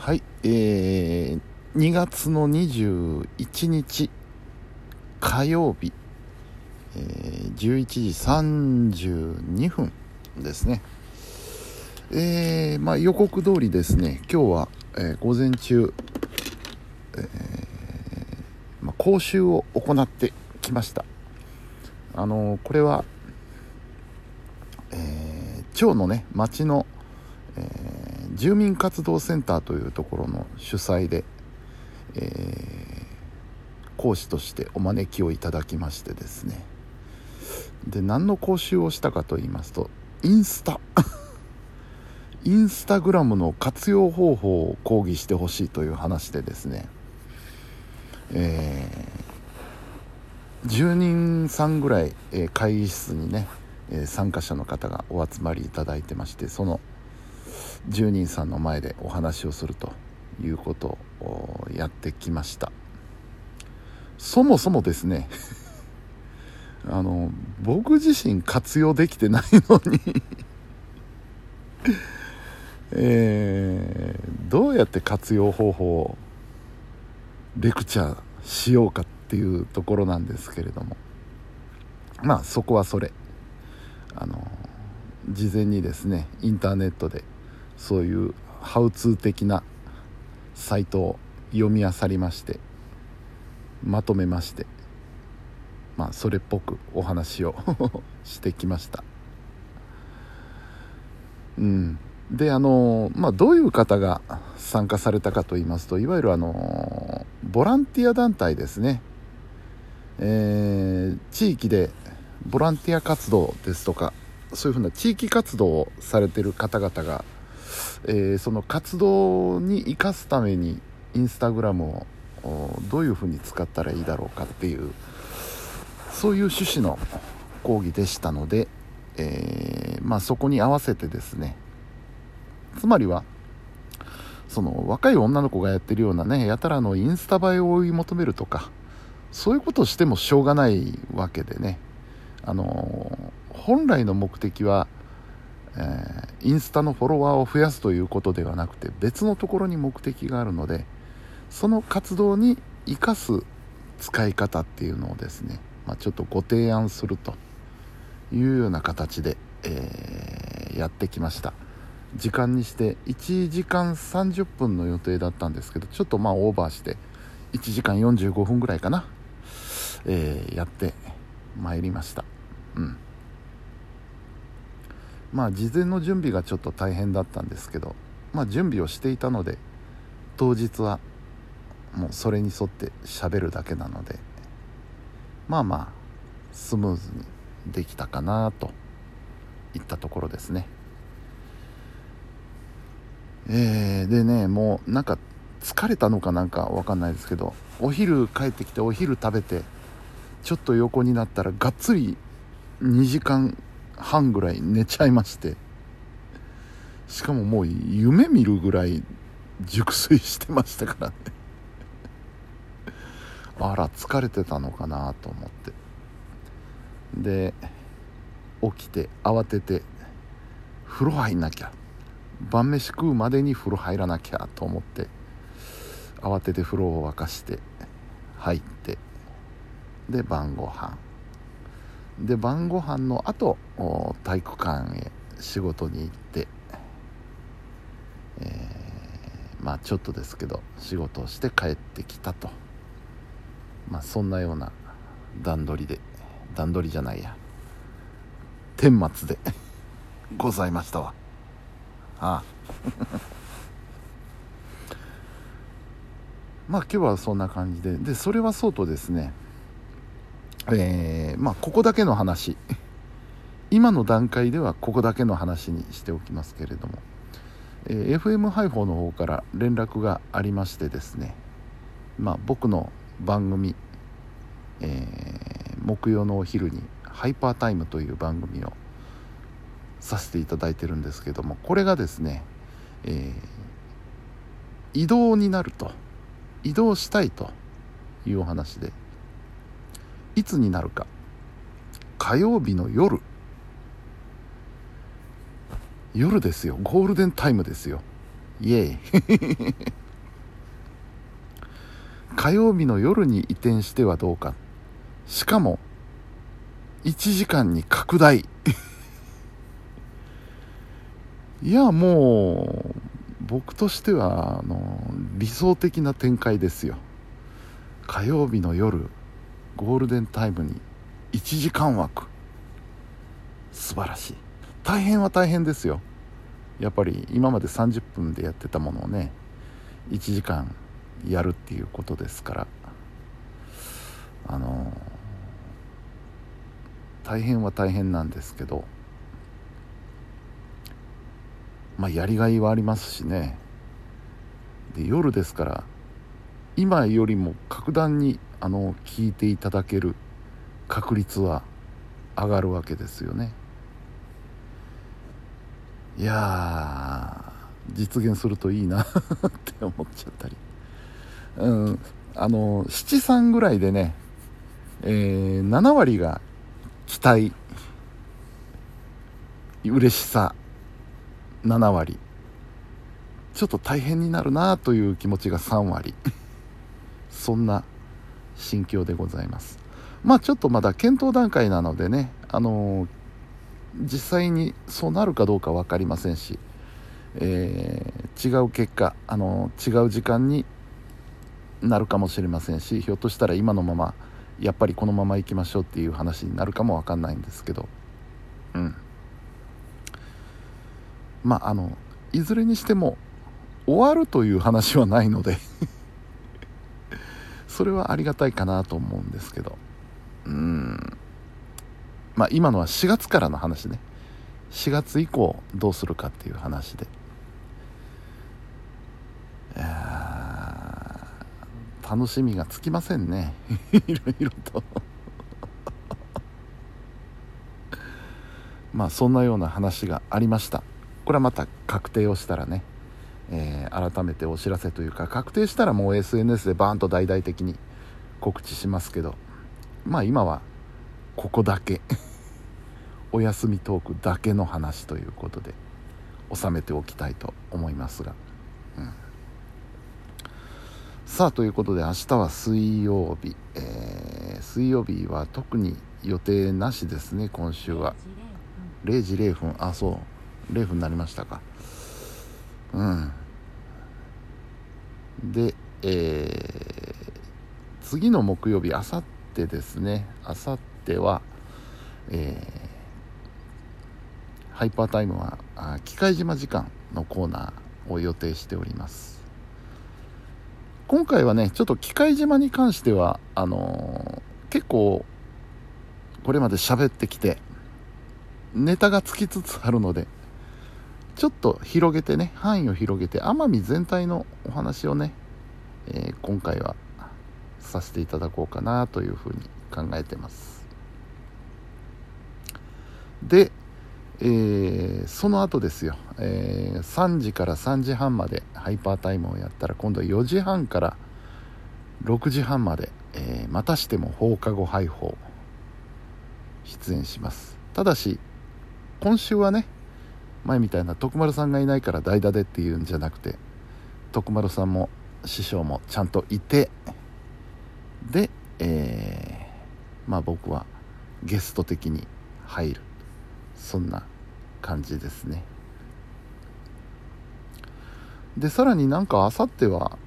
はい、2月の21日火曜日、11時32分ですね。予告通りですね、今日は、午前中、講習を行ってきました。これは、町のね、町の、住民活動センターというところの主催で、講師としてお招きをいただきましてですね、で何の講習をしたかと言いますと、インスタグラムの活用方法を講義してほしいという話でですね、10人さんぐらい、会議室にね、参加者の方がお集まりいただいてまして、その10人さんの前でお話をするということをやってきました。そもそもですね僕自身活用できてないのにどうやって活用方法をレクチャーしようかっていうところなんですけれども、そこはそれ事前にですね、インターネットでそういうハウツー的なサイトを読み漁りまして、まとめまして、それっぽくお話をしてきました。でどういう方が参加されたかと言いますと、いわゆるボランティア団体ですね、地域でボランティア活動ですとか、そういうふうな地域活動をされている方々が、その活動に生かすためにインスタグラムをどういうふうに使ったらいいだろうかっていう、そういう趣旨の講義でしたので、そこに合わせてですね、つまりはその若い女の子がやってるようなね、やたらインスタ映えを追い求めるとか、そういうことをしてもしょうがないわけでね、本来の目的は、インスタのフォロワーを増やすということではなくて、別のところに目的があるので、その活動に生かす使い方っていうのをですね、ちょっとご提案するというような形で、やってきました。時間にして1時間30分の予定だったんですけど、ちょっとオーバーして1時間45分ぐらいかな、やってまいりました。事前の準備がちょっと大変だったんですけど、準備をしていたので、当日はもうそれに沿って喋るだけなので、スムーズにできたかなといったところですね。でね、もう疲れたのかわかんないですけど、お昼帰ってきてお昼食べてちょっと横になったらがっつり2時間半ぐらい寝ちゃいまして、しかももう夢見るぐらい熟睡してましたからねあら、疲れてたのかなと思って、で起きて慌てて風呂入んなきゃ、晩飯食うまでに風呂入らなきゃと思って、慌てて風呂を沸かして入って、で晩ご飯の後体育館へ仕事に行って、ちょっとですけど仕事をして帰ってきたと、そんなような段取りじゃないや、顛末でございましたわ。今日はそんな感じで、それはそうとですね、ここだけの話、今の段階ではここだけの話にしておきますけれども、FM ハイフォーの方から連絡がありましてですね、僕の番組、木曜のお昼にハイパータイムという番組をさせていただいてるんですけども、これがですね、移動したいというお話で、いつになるか、火曜日の夜ですよ、ゴールデンタイムですよ。 イエーイ火曜日の夜に移転してはどうか。しかも1時間に拡大いやもう僕としては理想的な展開ですよ。火曜日の夜ゴールデンタイムに1時間枠、素晴らしい。大変は大変ですよ。やっぱり今まで30分でやってたものをね1時間やるっていうことですから、大変は大変なんですけど、まあやりがいはありますしね。で夜ですから今よりも格段に聞いていただける確率は上がるわけですよね。いやー実現するといいなって思っちゃったり、7:3ぐらいでね、7割が期待、嬉しさ7割、ちょっと大変になるなという気持ちが3割そんな心境でございます。まあちょっとまだ検討段階なのでね、実際にそうなるかどうか分かりませんし、違う結果違う時間になるかもしれませんし、ひょっとしたら今のままやっぱりこのまま行きましょうっていう話になるかも分かんないんですけど、まあいずれにしても終わるという話はないのでそれはありがたいかなと思うんですけど、まあ今のは4月からの話ね。4月以降どうするかっていう話で、楽しみがつきませんねいろいろとまあそんなような話がありました。これはまた確定をしたらね、改めてお知らせというか、確定したらもう SNS でバーンと大々的に告知しますけど、まあ今はここだけお休みトークだけの話ということで収めておきたいと思いますが、さあということで明日は水曜日、水曜日は特に予定なしですね。今週は0時0分、あ、そう0分になりましたか。で、次の木曜日、あさってですね。あさっては、ハイパータイムは機械島時間のコーナーを予定しております。今回はねちょっと機械島に関しては結構これまで喋ってきてネタがつきつつあるので、ちょっと広げてね、範囲を広げて奄美全体のお話をね、今回はさせていただこうかなというふうに考えてます。で、その後ですよ、3時から3時半までハイパータイムをやったら、今度は4時半から6時半まで、またしても放課後配報出演します。ただし今週はね、前みたいな徳丸さんがいないから代打でっていうんじゃなくて、徳丸さんも師匠もちゃんといて、で、まあ僕はゲスト的に入る、そんな感じですね。でさらになんかあさっては、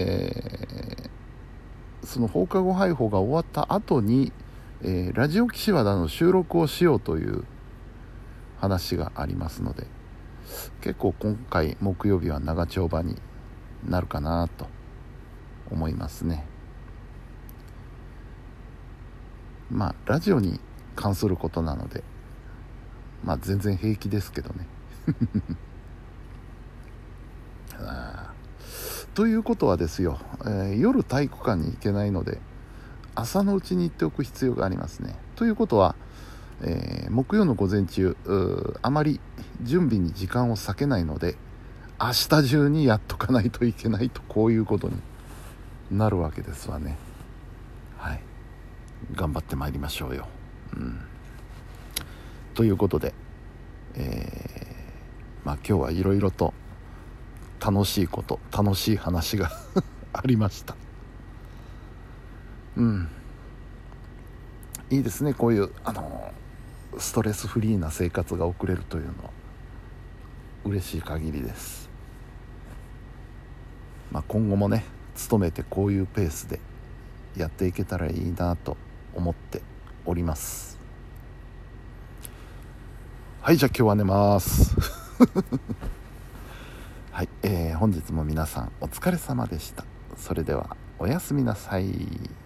その放課後配報が終わった後に、ラジオ岸和田の収録をしようという話がありますので、結構今回木曜日は長丁場になるかなと思いますね。まあラジオに関することなので、まあ全然平気ですけどねということはですよ、夜体育館に行けないので朝のうちに行っておく必要がありますね。ということは、木曜の午前中あまり準備に時間を割けないので、明日中にやっとかないといけないと、こういうことになるわけですわね。はい、頑張ってまいりましょうよ。ということで、まあ今日はいろいろと楽しいこと楽しい話がありました。いいですね、こういうストレスフリーな生活が送れるというのは嬉しい限りです。今後もね努めてこういうペースでやっていけたらいいなと思っております。はい、じゃあ今日は寝ますはい、本日も皆さんお疲れ様でした。それではおやすみなさい。